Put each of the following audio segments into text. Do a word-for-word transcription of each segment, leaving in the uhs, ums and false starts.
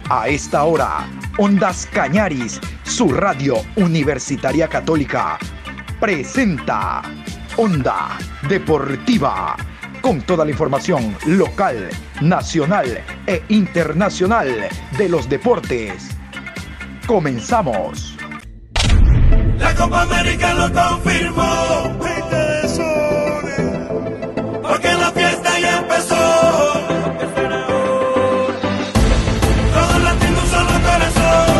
A esta hora, Ondas Cañaris, su radio universitaria católica, presenta Onda Deportiva, con toda la información local, nacional e internacional de los deportes. Comenzamos. La Copa América lo confirmó, porque la fiesta ya empezó. Todos latinos son los corazones,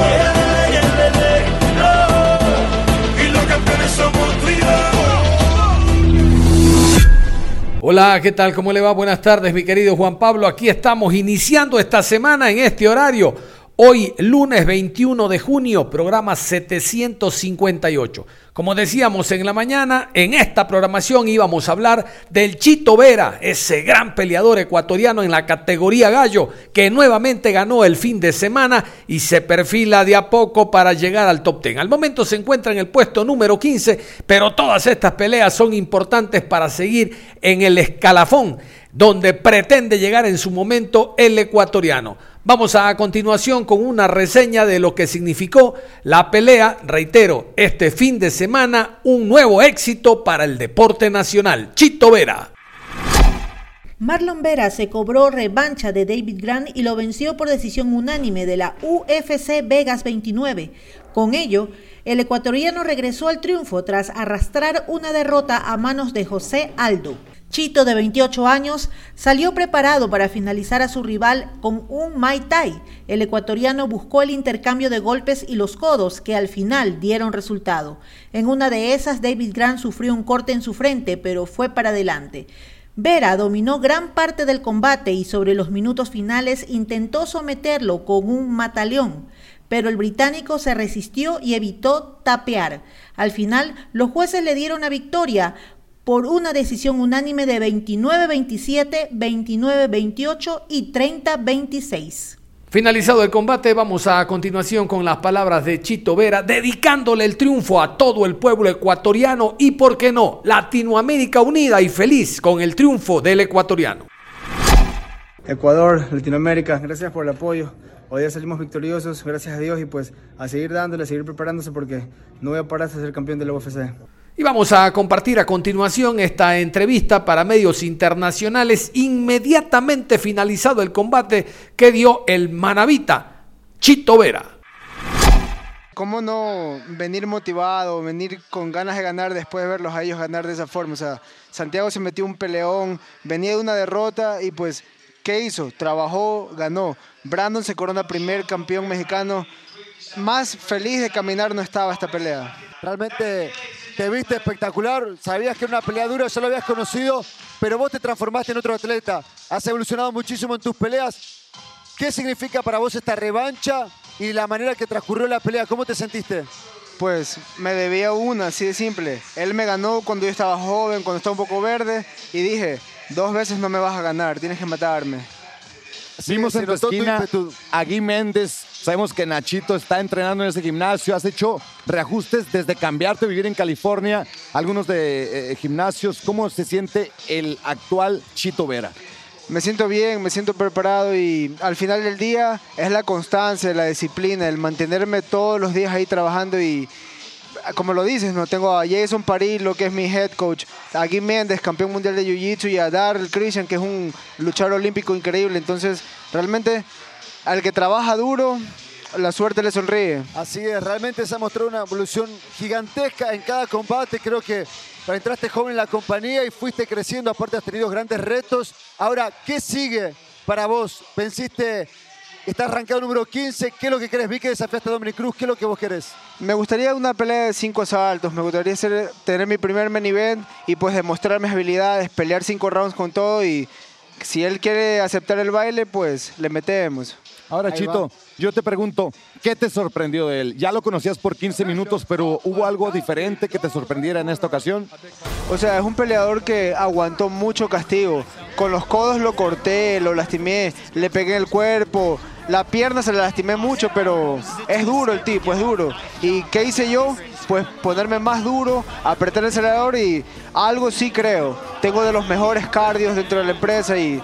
y los campeones somos tú y yo. Hola, ¿qué tal? ¿Cómo le va? Buenas tardes, mi querido Juan Pablo. Aquí estamos iniciando esta semana en este horario. Hoy, lunes veintiuno de junio, programa setecientos cincuenta y ocho. Como decíamos en la mañana, en esta programación íbamos a hablar del Chito Vera, ese gran peleador ecuatoriano en la categoría gallo, que nuevamente ganó el fin de semana y se perfila de a poco para llegar al top diez. Al momento se encuentra en el puesto número quince, pero todas estas peleas son importantes para seguir en el escalafón donde pretende llegar en su momento el ecuatoriano. Vamos a, a continuación con una reseña de lo que significó la pelea, reitero, este fin de semana, un nuevo éxito para el deporte nacional. Chito Vera. Marlon Vera se cobró revancha de David Grant y lo venció por decisión unánime de la U F C Vegas veintinueve. Con ello, el ecuatoriano regresó al triunfo tras arrastrar una derrota a manos de José Aldo. Chito, de veintiocho años, salió preparado para finalizar a su rival con un Muay Thai. El ecuatoriano buscó el intercambio de golpes y los codos, que al final dieron resultado. En una de esas, David Grant sufrió un corte en su frente, pero fue para adelante. Vera dominó gran parte del combate y sobre los minutos finales intentó someterlo con un mataleón, pero el británico se resistió y evitó tapear. Al final, los jueces le dieron la victoria por una decisión unánime de veintinueve veintisiete, veintinueve veintiocho y treinta veintiséis. Finalizado el combate, vamos a continuación con las palabras de Chito Vera, dedicándole el triunfo a todo el pueblo ecuatoriano y, ¿por qué no?, Latinoamérica unida y feliz con el triunfo del ecuatoriano. Ecuador, Latinoamérica, gracias por el apoyo. Hoy día salimos victoriosos, gracias a Dios, y pues a seguir dándole, a seguir preparándose, porque no voy a parar hasta ser campeón de la U F C. Y vamos a compartir a continuación esta entrevista para medios internacionales, inmediatamente finalizado el combate que dio el manabita Chito Vera. ¿Cómo no venir motivado, venir con ganas de ganar después de verlos a ellos ganar de esa forma? O sea, Santiago se metió un peleón, venía de una derrota y pues, ¿qué hizo? Trabajó, ganó. Brandon se corona primer campeón mexicano. Más feliz de caminar no estaba esta pelea. Realmente te viste espectacular, sabías que era una pelea dura, ya lo habías conocido, pero vos te transformaste en otro atleta. Has evolucionado muchísimo en tus peleas. ¿Qué significa para vos esta revancha y la manera que transcurrió la pelea? ¿Cómo te sentiste? Pues me debía una, así de simple. Él me ganó cuando yo estaba joven, cuando estaba un poco verde, y dije, dos veces no me vas a ganar, tienes que matarme. Vimos en tu esquina a Gui Méndez. Sabemos que Nachito está entrenando en ese gimnasio. Has hecho reajustes desde cambiarte a vivir en California, algunos de eh, gimnasios. ¿Cómo se siente el actual Chito Vera? Me siento bien, me siento preparado, y al final del día es la constancia, la disciplina, el mantenerme todos los días ahí trabajando. Y como lo dices, no tengo a Jason Parillo, que es mi head coach, a Gui Méndez, campeón mundial de Jiu-Jitsu, y a Darrell Christian, que es un luchador olímpico increíble. Entonces, realmente, al que trabaja duro, la suerte le sonríe. Así es, realmente se ha mostrado una evolución gigantesca en cada combate. Creo que entraste joven en la compañía y fuiste creciendo, aparte has tenido grandes retos. Ahora, ¿qué sigue para vos? Pensiste, estás rankeado número quince, ¿qué es lo que querés? Vi que desafiaste a Dominick Cruz, ¿qué es lo que vos querés? Me gustaría una pelea de cinco asaltos, me gustaría ser, tener mi primer main event y pues demostrar mis habilidades, pelear cinco rounds con todo, y si él quiere aceptar el baile, pues le metemos. Ahora, Chito, yo te pregunto, ¿qué te sorprendió de él? Ya lo conocías por quince minutos, pero ¿hubo algo diferente que te sorprendiera en esta ocasión? O sea, es un peleador que aguantó mucho castigo. Con los codos lo corté, lo lastimé, le pegué el cuerpo, la pierna se la lastimé mucho, pero es duro el tipo, es duro. ¿Y qué hice yo? Pues ponerme más duro, apretar el acelerador, y algo sí creo. Tengo de los mejores cardios dentro de la empresa y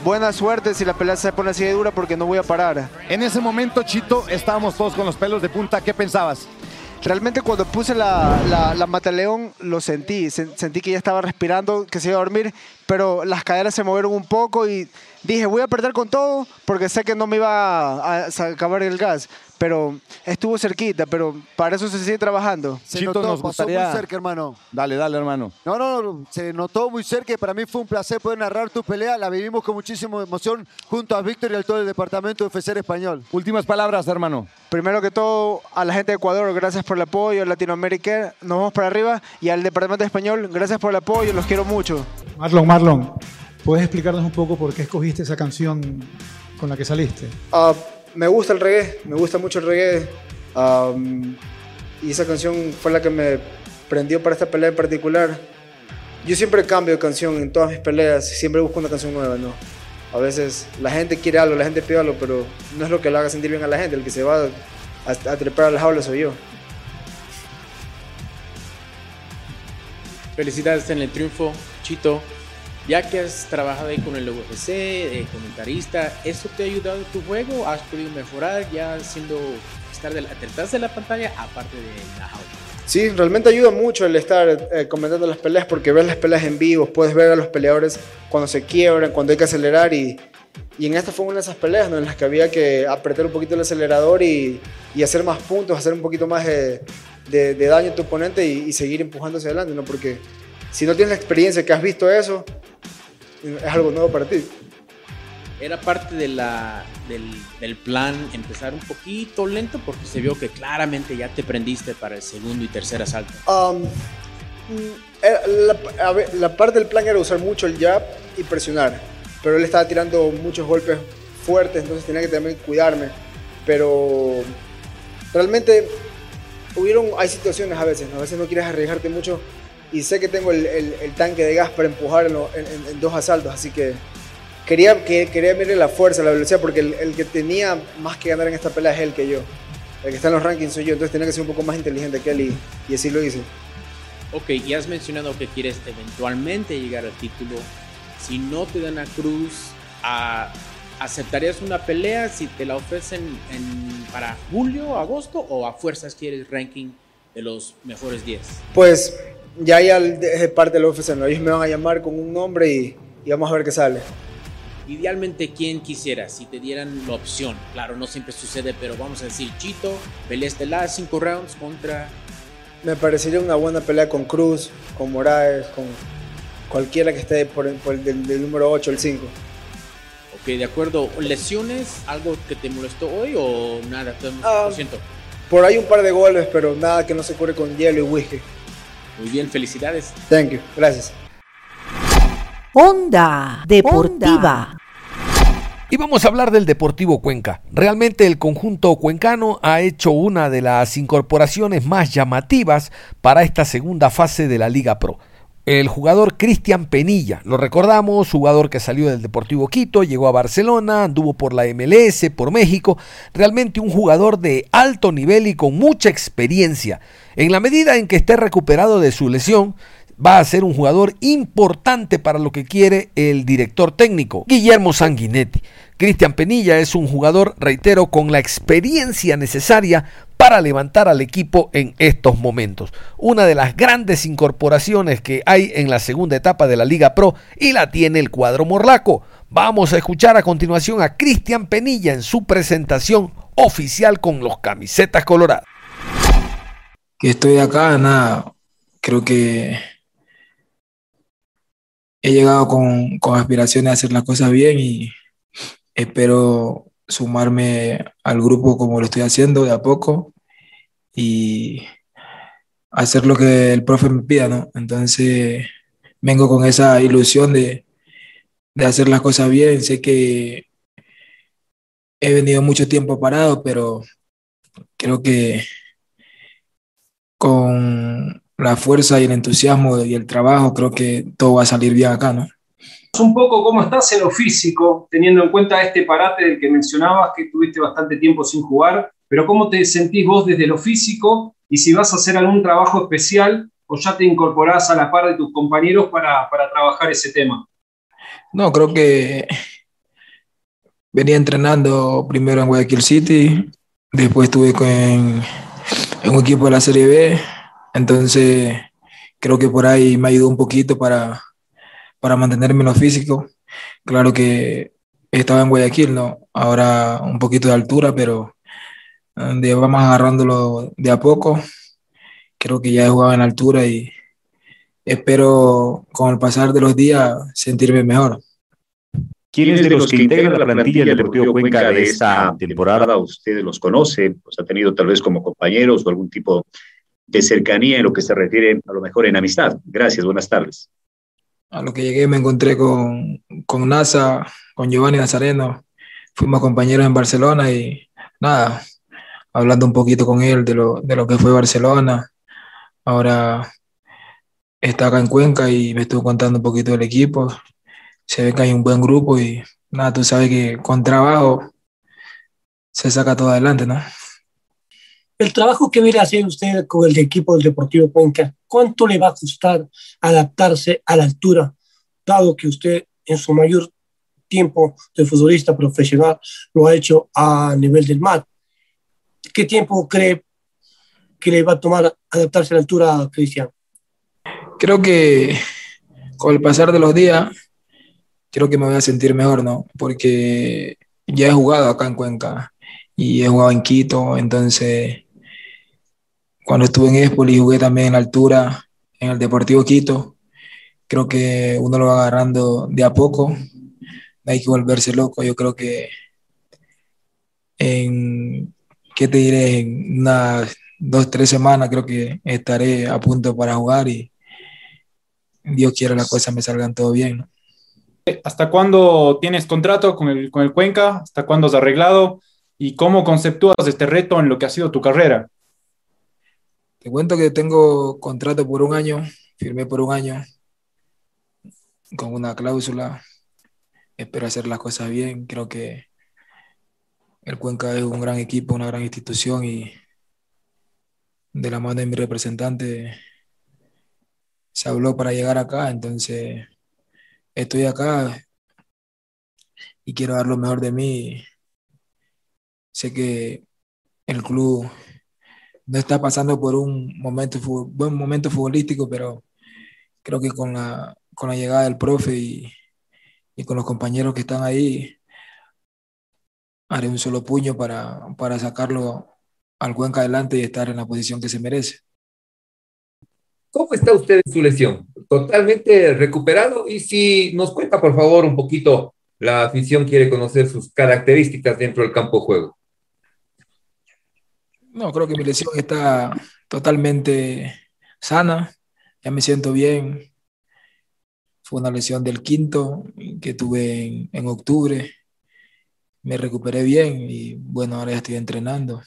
buena suerte si la pelea se pone así de dura porque no voy a parar. En ese momento, Chito, estábamos todos con los pelos de punta. ¿Qué pensabas? Realmente cuando puse la, la, la mataleón lo sentí, sentí que ya estaba respirando, que se iba a dormir, pero las caderas se movieron un poco y dije voy a perder con todo porque sé que no me iba a, a acabar el gas, pero estuvo cerquita, pero para eso se sigue trabajando. Se Chito, notó, nos gustaría... pasó muy cerca, hermano. Dale, dale, hermano. No, no, no, se notó muy cerca y para mí fue un placer poder narrar tu pelea. La vivimos con muchísima emoción junto a Víctor y al todo el departamento de U F C español. Últimas palabras, hermano. Primero que todo, a la gente de Ecuador, gracias por el apoyo, a Latinoamérica, nos vamos para arriba, y al departamento español, gracias por el apoyo, los quiero mucho. Marlon, Marlon, ¿puedes explicarnos un poco por qué escogiste esa canción con la que saliste? Uh, me gusta el reggae, me gusta mucho el reggae, um, y esa canción fue la que me prendió para esta pelea en particular. Yo siempre cambio de canción en todas mis peleas, siempre busco una canción nueva, ¿no? A veces la gente quiere algo, la gente pide algo, pero no es lo que le haga sentir bien a la gente. El que se va a, a trepar a las jaulas soy yo. Felicidades en el triunfo, Chito. Ya que has trabajado ahí con el U F C, de comentarista, ¿eso te ha ayudado en tu juego? ¿Has podido mejorar ya siendo, estar de la, detrás de la pantalla, aparte de la jaula? Sí, realmente ayuda mucho el estar eh, comentando las peleas, porque ves las peleas en vivo, puedes ver a los peleadores cuando se quiebran, cuando hay que acelerar, y, y en esta fue una de esas peleas, ¿no?, en las que había que apretar un poquito el acelerador y, y hacer más puntos, hacer un poquito más de, de, de daño a tu oponente y, y seguir empujando hacia adelante, ¿no? Porque si no tienes la experiencia que has visto eso, es algo nuevo para ti. Era parte de la, del, del plan empezar un poquito lento, porque se vio que claramente ya te prendiste para el segundo y tercer asalto. Um, la, a ver, la parte del plan era usar mucho el jab y presionar, pero él estaba tirando muchos golpes fuertes, entonces tenía que también cuidarme. Pero realmente hubieron, hay situaciones a veces, ¿no? A veces no quieres arriesgarte mucho, y sé que tengo el, el, el tanque de gas para empujar en, lo, en, en, en dos asaltos, así que Quería, que, quería medir la fuerza, la velocidad, porque el, el que tenía más que ganar en esta pelea es él que yo. El que está en los rankings soy yo, entonces tenía que ser un poco más inteligente que él, y, y así lo hice. Ok, y has mencionado que quieres eventualmente llegar al título. Si no te dan a Cruz, a, ¿aceptarías una pelea si te la ofrecen en, para julio, agosto, o a fuerzas quieres ranking de los mejores diez? Pues ya hay parte de la U F C, ¿no? Ellos me van a llamar con un nombre y, y vamos a ver qué sale. Idealmente, ¿quién quisiera? Si te dieran la opción, claro, no siempre sucede, pero vamos a decir, Chito, pelea estelar, cinco rounds contra... Me parecería una buena pelea con Cruz, con Moraes, con cualquiera que esté por, por el del, del número ocho, el cinco. Ok, de acuerdo. ¿Lesiones? ¿Algo que te molestó hoy o nada? Ah, lo siento. Por ahí un par de golpes, pero nada que no se cure con hielo y whisky. Muy bien, felicidades. Thank you, gracias. Onda Deportiva. Y vamos a hablar del Deportivo Cuenca. Realmente el conjunto cuencano ha hecho una de las incorporaciones más llamativas para esta segunda fase de la Liga Pro. El jugador Cristian Penilla, lo recordamos, jugador que salió del Deportivo Quito, llegó a Barcelona, anduvo por la M L S, por México, realmente un jugador de alto nivel y con mucha experiencia. En la medida en que esté recuperado de su lesión, va a ser un jugador importante para lo que quiere el director técnico, Guillermo Sanguinetti. Cristian Penilla es un jugador, reitero, con la experiencia necesaria para levantar al equipo en estos momentos. Una de las grandes incorporaciones que hay en la segunda etapa de la Liga Pro, y la tiene el cuadro morlaco. Vamos a escuchar a continuación a Cristian Penilla en su presentación oficial con los camisetas coloradas. Que estoy acá, nada, creo que he llegado con, con aspiraciones a hacer las cosas bien y espero sumarme al grupo como lo estoy haciendo de a poco y hacer lo que el profe me pida, ¿no? Entonces vengo con esa ilusión de, de hacer las cosas bien. Sé que he venido mucho tiempo parado, pero creo que con la fuerza y el entusiasmo y el trabajo, creo que todo va a salir bien acá, ¿no? Un poco cómo estás en lo físico, teniendo en cuenta este parate del que mencionabas, que tuviste bastante tiempo sin jugar, pero cómo te sentís vos desde lo físico y si vas a hacer algún trabajo especial o ya te incorporás a la par de tus compañeros para, para trabajar ese tema. No, creo que venía entrenando primero en Guayaquil City, después estuve con, en, en un equipo de la Serie B, entonces creo que por ahí me ayudó un poquito para, para mantenerme en lo físico. Claro que estaba en Guayaquil, ¿no? Ahora un poquito de altura, pero donde vamos agarrándolo de a poco. Creo que ya he jugado en altura y espero con el pasar de los días sentirme mejor. ¿Quiénes de los que integran la plantilla del Deportivo Cuenca de esta temporada usted los conoce? ¿Los ha tenido tal vez como compañeros o algún tipo de cercanía en lo que se refiere a lo mejor en amistad? Gracias, buenas tardes. A lo que llegué me encontré con, con NASA, con Giovanni Nazareno. Fuimos compañeros en Barcelona y nada, hablando un poquito con él de lo, de lo que fue Barcelona. Ahora está acá en Cuenca y me estuvo contando un poquito del equipo. Se ve que hay un buen grupo y nada, tú sabes que con trabajo se saca todo adelante, ¿no? El trabajo que viene a hacer usted con el equipo del Deportivo Cuenca, ¿cuánto le va a costar adaptarse a la altura, dado que usted en su mayor tiempo de futbolista profesional lo ha hecho a nivel del mar? ¿Qué tiempo cree que le va a tomar adaptarse a la altura, Cristian? Creo que con el pasar de los días, creo que me voy a sentir mejor, ¿no? Porque ya he jugado acá en Cuenca y he jugado en Quito, entonces cuando estuve en Espoli jugué también en altura en el Deportivo Quito. Creo que uno lo va agarrando de a poco, no hay que volverse loco. Yo creo que en, ¿qué te diré? En unas dos, tres semanas creo que estaré a punto para jugar y Dios quiera las cosas me salgan todo bien, ¿no? ¿Hasta cuándo tienes contrato con el, con el Cuenca? ¿Hasta cuándo has arreglado? ¿Y cómo conceptúas este reto en lo que ha sido tu carrera? Te cuento que tengo contrato por un año, firmé por un año con una cláusula. Espero hacer las cosas bien. Creo que el Cuenca es un gran equipo, una gran institución y de la mano de mi representante se habló para llegar acá, entonces estoy acá y quiero dar lo mejor de mí. Sé que el club no está pasando por un momento, buen momento futbolístico, pero creo que con la, con la llegada del profe y, y con los compañeros que están ahí, haré un solo puño para, para sacarlo al Cuenca adelante y estar en la posición que se merece. ¿Cómo está usted en su lesión? ¿Totalmente recuperado? Y si nos cuenta, por favor, un poquito, la afición quiere conocer sus características dentro del campo de juego. No, creo que mi lesión está totalmente sana, ya me siento bien. Fue una lesión del quinto que tuve en, en octubre. Me recuperé bien y bueno, ahora ya estoy entrenando.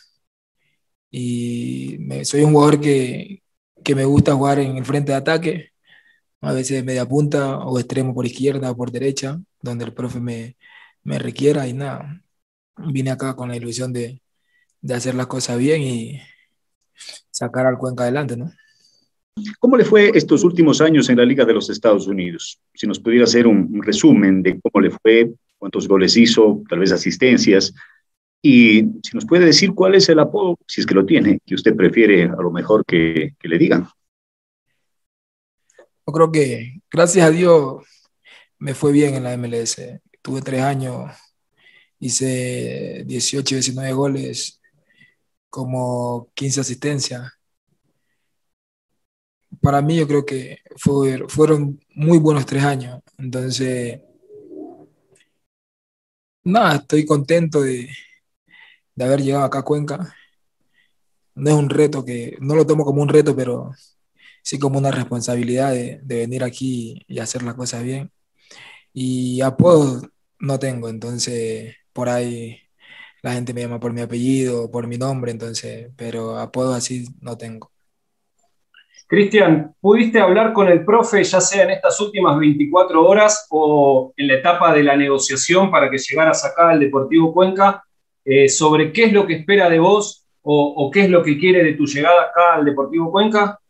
Y me, soy un jugador que, que me gusta jugar en el frente de ataque, a veces media punta o extremo por izquierda o por derecha, donde el profe me, me requiera y nada. Vine acá con la ilusión de, de hacer las cosas bien y sacar al Cuenca adelante, ¿no? ¿Cómo le fue estos últimos años en la Liga de los Estados Unidos? Si nos pudiera hacer un, un resumen de cómo le fue, cuántos goles hizo, tal vez asistencias, y si nos puede decir cuál es el apodo, si es que lo tiene, que usted prefiere a lo mejor que, que le digan. Yo creo que, gracias a Dios, me fue bien en la M L S. Tuve tres años, hice dieciocho, diecinueve goles, como quince asistencias. Para mí yo creo que fue, fueron muy buenos tres años. Entonces, nada, estoy contento de, de haber llegado acá a Cuenca. No es un reto que, no lo tomo como un reto, pero sí como una responsabilidad de, de venir aquí y hacer las cosas bien. Y apodos no tengo, entonces por ahí la gente me llama por mi apellido, por mi nombre, entonces, pero apodos así no tengo. Cristian, ¿pudiste hablar con el profe ya sea en estas últimas veinticuatro horas o en la etapa de la negociación para que llegaras acá al Deportivo Cuenca eh, sobre qué es lo que espera de vos o, o qué es lo que quiere de tu llegada acá al Deportivo Cuenca?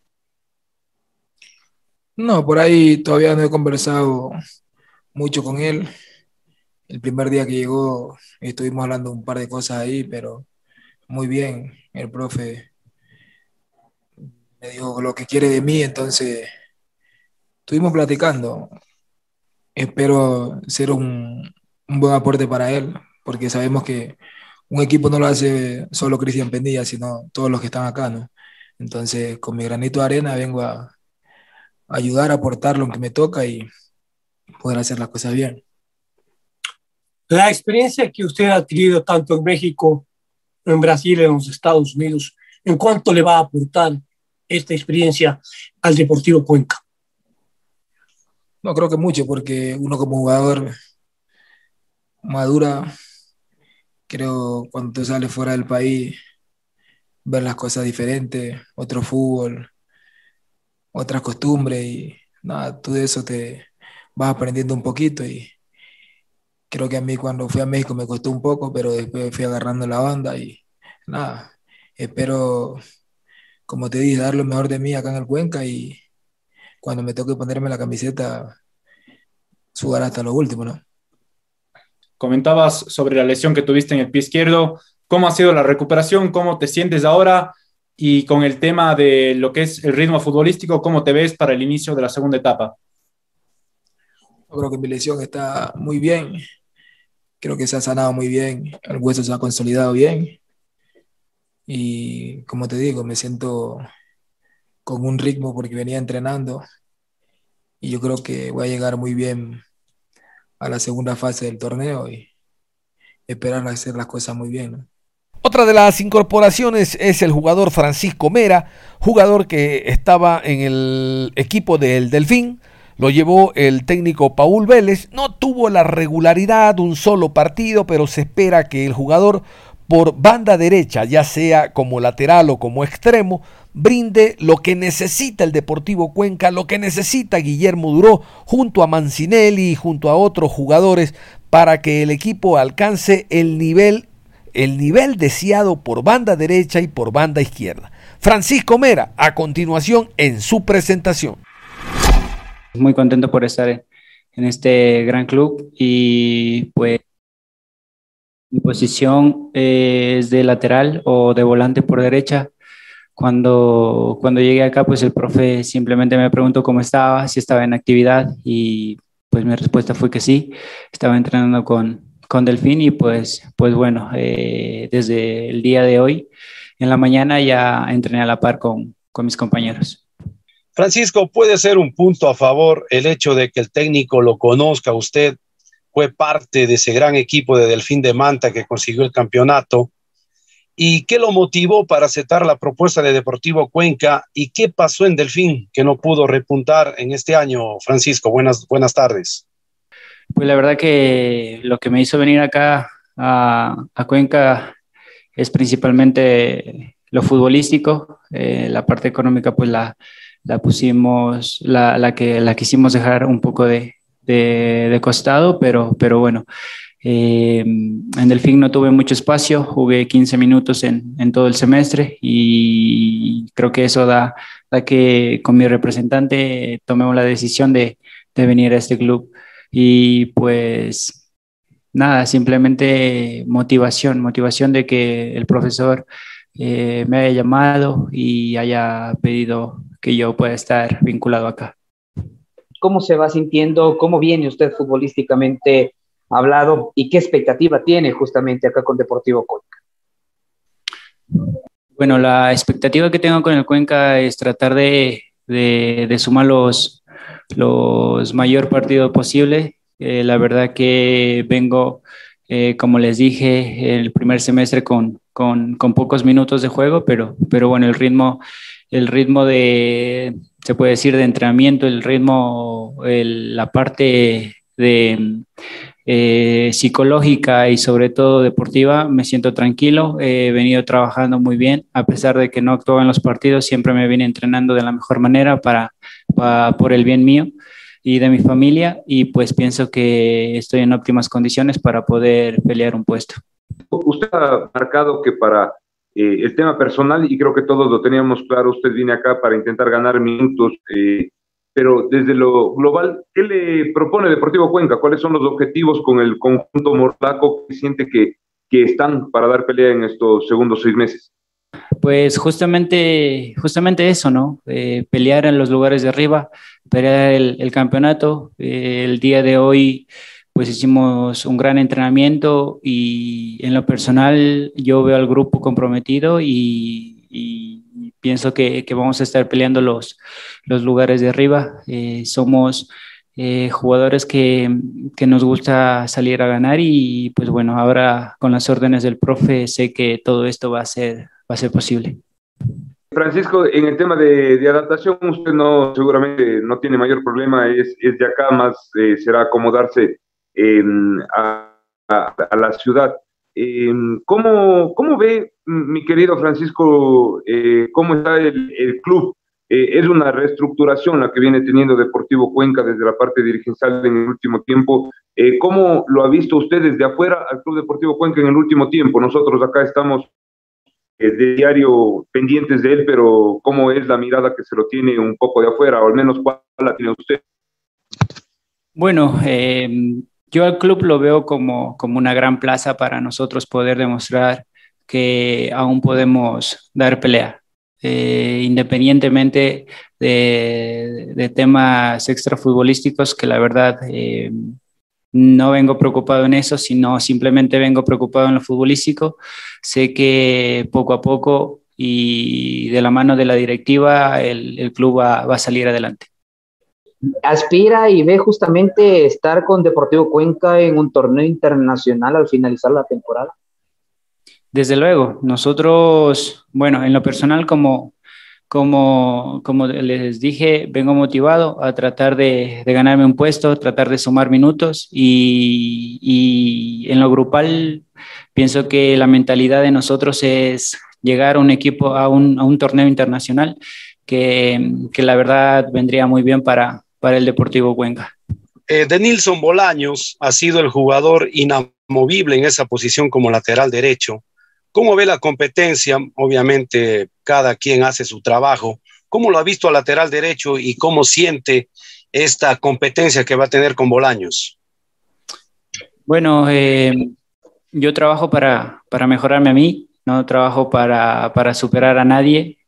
No, por ahí todavía no he conversado mucho con él. el primer día que llegó estuvimos hablando un par de cosas ahí, pero muy bien, el profe me dijo lo que quiere de mí, entonces estuvimos platicando. Espero ser un, un buen aporte para él, porque sabemos que un equipo no lo hace solo Cristian Pendilla, sino todos los que están acá, ¿no? Entonces, con mi granito de arena vengo a, a ayudar, a aportar lo que me toca y poder hacer las cosas bien. La experiencia que usted ha adquirido tanto en México, en Brasil, en los Estados Unidos, ¿en cuánto le va a aportar esta experiencia al Deportivo Cuenca? No creo que mucho, porque uno como jugador madura, creo, cuando tú sales fuera del país, ver las cosas diferentes, otro fútbol, otras costumbres y nada, tú de eso te vas aprendiendo un poquito y creo que a mí cuando fui a México me costó un poco, pero después fui agarrando la onda y nada, espero, como te dije, dar lo mejor de mí acá en el Cuenca y cuando me toque ponerme la camiseta, sudar hasta lo último, ¿no? Comentabas sobre la lesión que tuviste en el pie izquierdo. ¿Cómo ha sido la recuperación? ¿Cómo te sientes ahora? Y con el tema de lo que es el ritmo futbolístico, ¿cómo te ves para el inicio de la segunda etapa? Yo creo que mi lesión está muy bien. Creo que se ha sanado muy bien. El hueso se ha consolidado bien. Y como te digo, me siento con un ritmo porque venía entrenando. Y yo creo que voy a llegar muy bien a la segunda fase del torneo y esperar a hacer las cosas muy bien, ¿no? Otra de las incorporaciones es el jugador Francisco Mera, jugador que estaba en el equipo del Delfín. Lo llevó el técnico Paul Vélez. No tuvo la regularidad, un solo partido, pero se espera que el jugador por banda derecha, ya sea como lateral o como extremo, brinde lo que necesita el Deportivo Cuenca, lo que necesita Guillermo Duró, junto a Mancinelli y junto a otros jugadores, para que el equipo alcance el nivel, el nivel deseado por banda derecha y por banda izquierda. Francisco Mera, a continuación en su presentación. Muy contento por estar en este gran club y pues mi posición es de lateral o de volante por derecha. Cuando, cuando llegué acá, pues el profe simplemente me preguntó cómo estaba, si estaba en actividad y pues mi respuesta fue que sí, estaba entrenando con, con Delfín y pues, pues bueno, eh, desde el día de hoy, en la mañana ya entrené a la par con, con mis compañeros. Francisco, ¿puede ser un punto a favor el hecho de que el técnico lo conozca usted? Fue parte de ese gran equipo de Delfín de Manta que consiguió el campeonato. ¿Y qué lo motivó para aceptar la propuesta de Deportivo Cuenca? ¿Y qué pasó en Delfín que no pudo repuntar en este año, Francisco? Buenas, buenas tardes. Pues la verdad que lo que me hizo venir acá a, a Cuenca es principalmente lo futbolístico. Eh, la parte económica pues la, la pusimos, la, la, que, la quisimos dejar un poco de, de, de costado, pero, pero bueno. Eh, en Delfín no tuve mucho espacio, jugué quince minutos en, en todo el semestre y creo que eso da, da que con mi representante tomemos la decisión de, de venir a este club y pues nada, simplemente motivación, motivación de que el profesor eh, me haya llamado y haya pedido que yo pueda estar vinculado acá. ¿Cómo se va sintiendo? ¿Cómo viene usted futbolísticamente hablado y qué expectativa tiene justamente acá con Deportivo Cuenca? Bueno, la expectativa que tengo con el Cuenca es tratar de, de, de sumar los, los mayor partidos posible. Eh, la verdad que vengo, eh, como les dije, el primer semestre con, con, con pocos minutos de juego, pero, pero bueno, el ritmo, el ritmo de, se puede decir, de entrenamiento, el ritmo, el, la parte de eh, psicológica y sobre todo deportiva, me siento tranquilo, he venido trabajando muy bien, a pesar de que no actuaba en los partidos, siempre me vine entrenando de la mejor manera para, para, por el bien mío y de mi familia y pues pienso que estoy en óptimas condiciones para poder pelear un puesto. Usted ha marcado que para eh, el tema personal, y creo que todos lo teníamos claro, usted viene acá para intentar ganar minutos, eh, pero desde lo global, ¿qué le propone Deportivo Cuenca? ¿Cuáles son los objetivos con el conjunto morlaco que siente que, que están para dar pelea en estos segundos seis meses? Pues justamente, justamente eso, ¿no? Eh, pelear en los lugares de arriba, pelear el, el campeonato. Eh, el día de hoy, pues hicimos un gran entrenamiento y en lo personal yo veo al grupo comprometido y, y pienso que, que vamos a estar peleando los, los lugares de arriba. Eh, somos eh, jugadores que, que nos gusta salir a ganar y pues bueno, ahora con las órdenes del profe sé que todo esto va a ser va a ser posible. Francisco, en el tema de, de adaptación, usted no seguramente no tiene mayor problema, es, es de acá, más eh, será acomodarse eh, a, a, a la ciudad. Eh, ¿cómo, ¿Cómo ve, mi querido Francisco, eh, cómo está el, el club? Eh, es una reestructuración la que viene teniendo Deportivo Cuenca desde la parte dirigencial en el último tiempo. Eh, ¿Cómo lo ha visto usted desde afuera al Club Deportivo Cuenca en el último tiempo? Nosotros acá estamos de diario pendientes de él, pero ¿cómo es la mirada que se lo tiene un poco de afuera, o al menos cuál la tiene usted? Bueno, eh, yo al club lo veo como, como una gran plaza para nosotros poder demostrar que aún podemos dar pelea, eh, independientemente de, de temas extrafutbolísticos, que la verdad eh, no vengo preocupado en eso, sino simplemente vengo preocupado en lo futbolístico. Sé que poco a poco y de la mano de la directiva el, el club va, va a salir adelante. ¿Aspira y ve justamente estar con Deportivo Cuenca en un torneo internacional al finalizar la temporada? Desde luego, nosotros, bueno, en lo personal como... Como, como les dije, vengo motivado a tratar de, de ganarme un puesto, tratar de sumar minutos y, y en lo grupal pienso que la mentalidad de nosotros es llegar a un equipo, a un, a un torneo internacional que, que la verdad vendría muy bien para, para el Deportivo Cuenca. Eh, Denilson Bolaños ha sido el jugador inamovible en esa posición como lateral derecho. ¿Cómo ve la competencia? Obviamente cada quien hace su trabajo. ¿Cómo lo ha visto al lateral derecho y cómo siente esta competencia que va a tener con Bolaños? Bueno, eh, yo trabajo para, para mejorarme a mí, no trabajo para, para superar a nadie.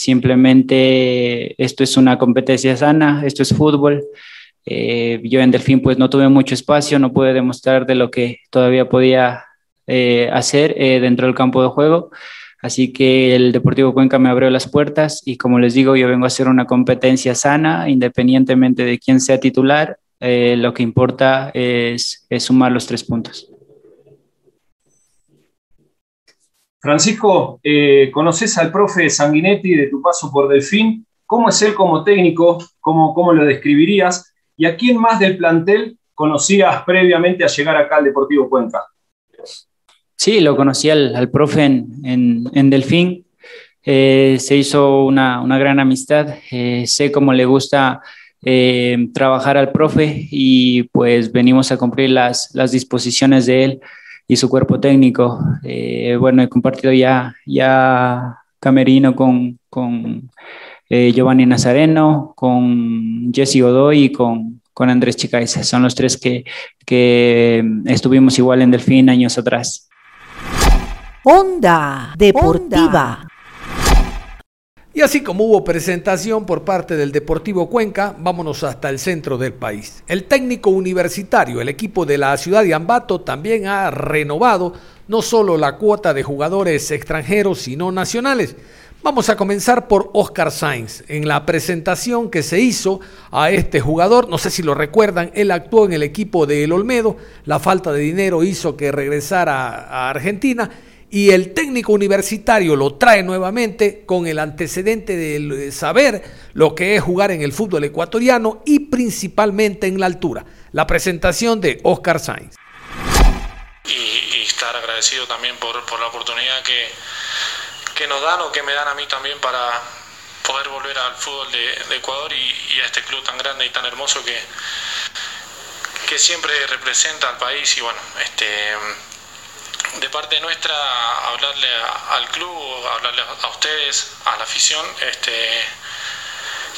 Simplemente esto es una competencia sana, esto es fútbol. Eh, yo en Delfín pues no tuve mucho espacio, no pude demostrar de lo que todavía podía Eh, hacer eh, dentro del campo de juego, así que el Deportivo Cuenca me abrió las puertas y como les digo, yo vengo a hacer una competencia sana, independientemente de quién sea titular, eh, lo que importa es, es sumar los tres puntos. Francisco, eh, ¿conoces al profe Sanguinetti de tu paso por Delfín? ¿Cómo es él como técnico? ¿Cómo, cómo lo describirías? ¿Y a quién más del plantel conocías previamente a llegar acá al Deportivo Cuenca? Sí, lo conocí al, al profe en, en, en Delfín, eh, se hizo una, una gran amistad, eh, sé cómo le gusta eh, trabajar al profe y pues venimos a cumplir las, las disposiciones de él y su cuerpo técnico. Eh, bueno, he compartido ya, ya camerino con, con eh, Giovanni Nazareno, con Jesse Godoy y con, con Andrés Chicaiza. Son los tres que, que estuvimos igual en Delfín años atrás. Onda Deportiva. Y así como hubo presentación por parte del Deportivo Cuenca, vámonos hasta el centro del país. El técnico universitario, el equipo de la ciudad de Ambato, también ha renovado no solo la cuota de jugadores extranjeros, sino nacionales. Vamos a comenzar por Oscar Sainz. En la presentación que se hizo a este jugador, no sé si lo recuerdan, él actuó en el equipo de El Olmedo, la falta de dinero hizo que regresara a Argentina, y el técnico universitario lo trae nuevamente con el antecedente de saber lo que es jugar en el fútbol ecuatoriano y principalmente en la altura. La presentación de Oscar Sainz. Y, y estar agradecido también por, por la oportunidad que, que nos dan o que me dan a mí también para poder volver al fútbol de, de Ecuador y, y a este club tan grande y tan hermoso que, que siempre representa al país. Y bueno, este... de parte nuestra, hablarle a, al club, hablarle a ustedes, a la afición, este,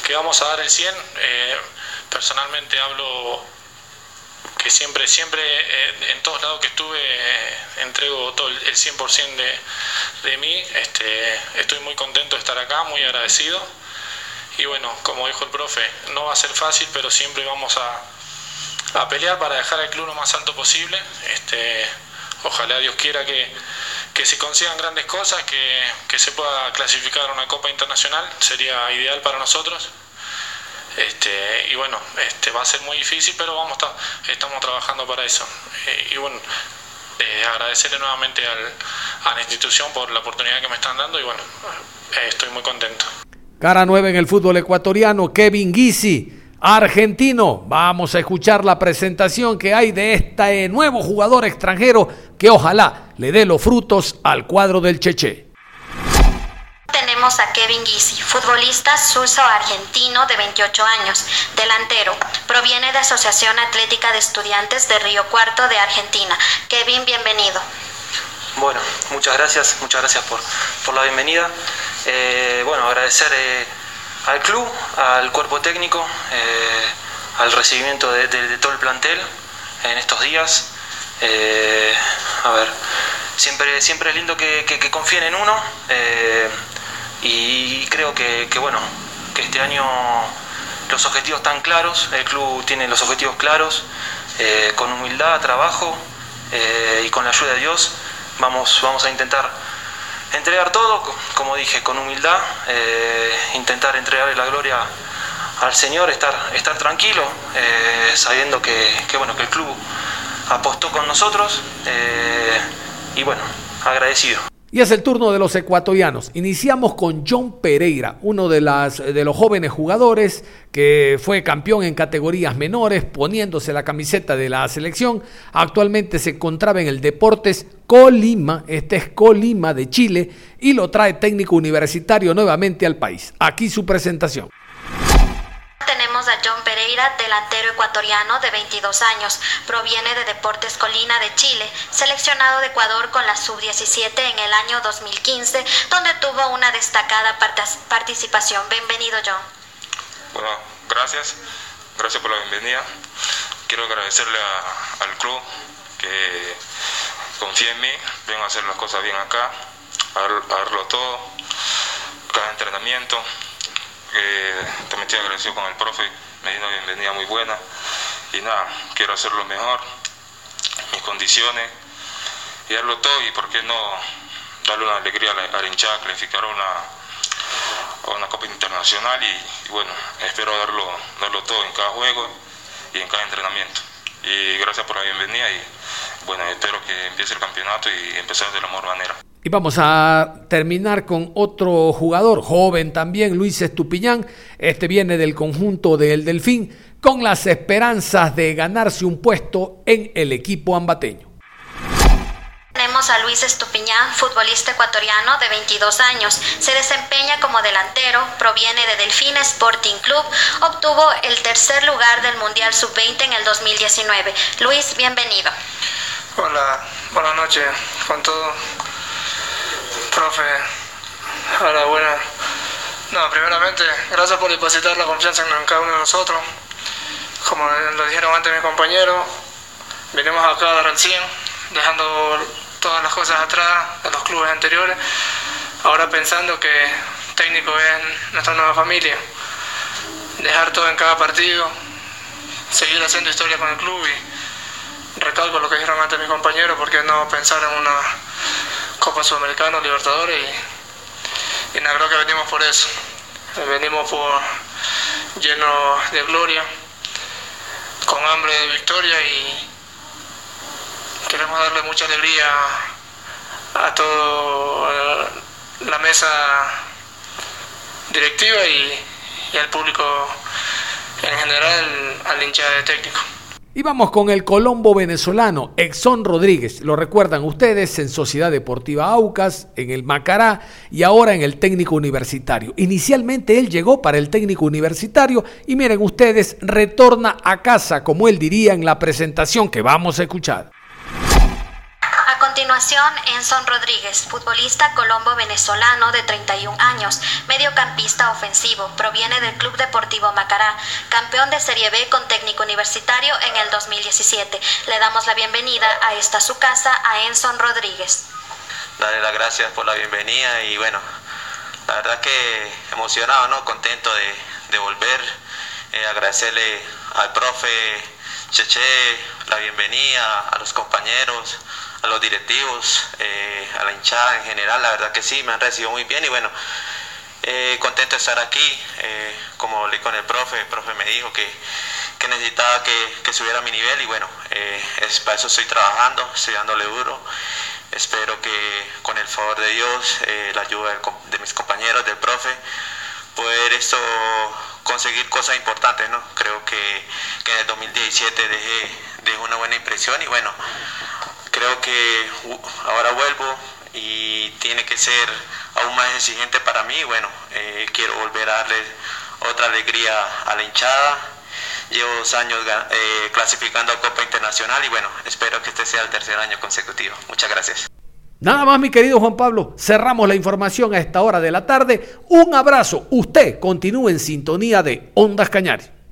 que vamos a dar el cien. Eh, personalmente hablo que siempre, siempre eh, en todos lados que estuve eh, entrego todo el, el cien por ciento de, de mí. Este, estoy muy contento de estar acá, muy agradecido. Y bueno, como dijo el profe, no va a ser fácil, pero siempre vamos a, a pelear para dejar el club lo más alto posible. Este, ojalá Dios quiera que, que se consigan grandes cosas, que, que se pueda clasificar a una Copa Internacional, sería ideal para nosotros. Este, y bueno, este, va a ser muy difícil, pero vamos a, estamos trabajando para eso. Eh, y bueno, eh, agradecerle nuevamente al, a la institución por la oportunidad que me están dando y bueno, eh, estoy muy contento. Cara nueve en el fútbol ecuatoriano, Kevin Guisi, argentino. Vamos a escuchar la presentación que hay de este nuevo jugador extranjero que ojalá le dé los frutos al cuadro del Cheche. Tenemos a Kevin Guisi, futbolista suizo-argentino de veintiocho años, delantero, proviene de Asociación Atlética de Estudiantes de Río Cuarto de Argentina. Kevin, bienvenido. Bueno, muchas gracias, muchas gracias por, por la bienvenida. Eh, bueno, agradecer eh, al club, al cuerpo técnico, eh, al recibimiento de, de, de todo el plantel en estos días. Eh, a ver, siempre, siempre es lindo que, que, que confíen en uno. Eh, Y creo que, que bueno, que este año los objetivos están claros, el club tiene los objetivos claros, eh, con humildad, trabajo eh, y con la ayuda de Dios vamos, vamos a intentar entregar todo, como dije, con humildad, eh, intentar entregarle la gloria al Señor, estar, estar tranquilo, eh, sabiendo que, que, bueno, que el club apostó con nosotros eh, y bueno, agradecido. Y es el turno de los ecuatorianos. Iniciamos con John Pereira, uno de, las, de los jóvenes jugadores que fue campeón en categorías menores, poniéndose la camiseta de la selección. Actualmente se encontraba en el Deportes Colima, este es Colima de Chile, y lo trae técnico universitario nuevamente al país. Aquí su presentación. Tenemos a John Pereira, delantero ecuatoriano de veintidós años, proviene de Deportes Colina de Chile, seleccionado de Ecuador con la sub diecisiete en el año dos mil quince, donde tuvo una destacada participación. Bienvenido, John. Bueno, gracias, gracias por la bienvenida. Quiero agradecerle a, al club que confía en mí, vengo a hacer las cosas bien acá, a, a darlo todo, cada entrenamiento. Eh, también estoy agradecido con el profe, me dio una bienvenida muy buena y nada, quiero hacerlo mejor, mis condiciones y darlo todo y por qué no darle una alegría a la, a la hinchada, clasificar a una, a una Copa Internacional y, y bueno, espero darlo, darlo todo en cada juego y en cada entrenamiento. Y gracias por la bienvenida y bueno, espero que empiece el campeonato y empezar de la mejor manera. Y vamos a terminar con otro jugador, joven también, Luis Estupiñán. Este viene del conjunto del Delfín, con las esperanzas de ganarse un puesto en el equipo ambateño. Tenemos a Luis Estupiñán, futbolista ecuatoriano de veintidós años. Se desempeña como delantero, proviene de Delfín Sporting Club. Obtuvo el tercer lugar del Mundial sub veinte en el dos mil diecinueve. Luis, bienvenido. Hola, buenas noches con todo. Profe, hola, buena. No, primeramente, gracias por depositar la confianza en cada uno de nosotros. Como lo dijeron antes mis compañeros, venimos acá a dar el cien, dejando todas las cosas atrás de los clubes anteriores. Ahora pensando que técnico es nuestra nueva familia. Dejar todo en cada partido, seguir haciendo historia con el club y recalco lo que dijeron antes mis compañeros, porque no pensar en una Copa Sudamericana, Libertadores y, y nada, creo que venimos por eso, venimos por llenos de gloria, con hambre de victoria y queremos darle mucha alegría a toda la mesa directiva y, y al público en general, al hincha de técnico. Y vamos con el colombo venezolano, Exxon Rodríguez. Lo recuerdan ustedes en Sociedad Deportiva Aucas, en el Macará y ahora en el técnico universitario. Inicialmente él llegó para el técnico universitario y miren ustedes, retorna a casa, como él diría en la presentación que vamos a escuchar. A continuación, Enson Rodríguez, futbolista colombo-venezolano de treinta y un años, mediocampista ofensivo, proviene del Club Deportivo Macará, campeón de Serie B con técnico universitario en el dos mil diecisiete. Le damos la bienvenida a esta su casa a Enson Rodríguez. Darle las gracias por la bienvenida y bueno, la verdad que emocionado, ¿no? Contento de, de volver, eh, agradecerle al profe Cheche la bienvenida, a los compañeros, a los directivos, eh, a la hinchada en general. La verdad que sí, me han recibido muy bien y bueno, eh, contento de estar aquí. Eh, como hablé con el profe, el profe me dijo que, que necesitaba que, que subiera a mi nivel y bueno, eh, es, para eso estoy trabajando, estoy dándole duro. Espero que con el favor de Dios, eh, la ayuda de, de mis compañeros, del profe, poder esto conseguir cosas importantes, ¿no? Creo que, que en el dos mil diecisiete dejé, dejé una buena impresión y bueno, creo que ahora vuelvo y tiene que ser aún más exigente para mí. Bueno, eh, quiero volver a darle otra alegría a la hinchada. Llevo dos años eh, clasificando a Copa Internacional y bueno, espero que este sea el tercer año consecutivo. Muchas gracias. Nada más, mi querido Juan Pablo, cerramos la información a esta hora de la tarde. Un abrazo. Usted continúe en sintonía de Ondas Cañaris.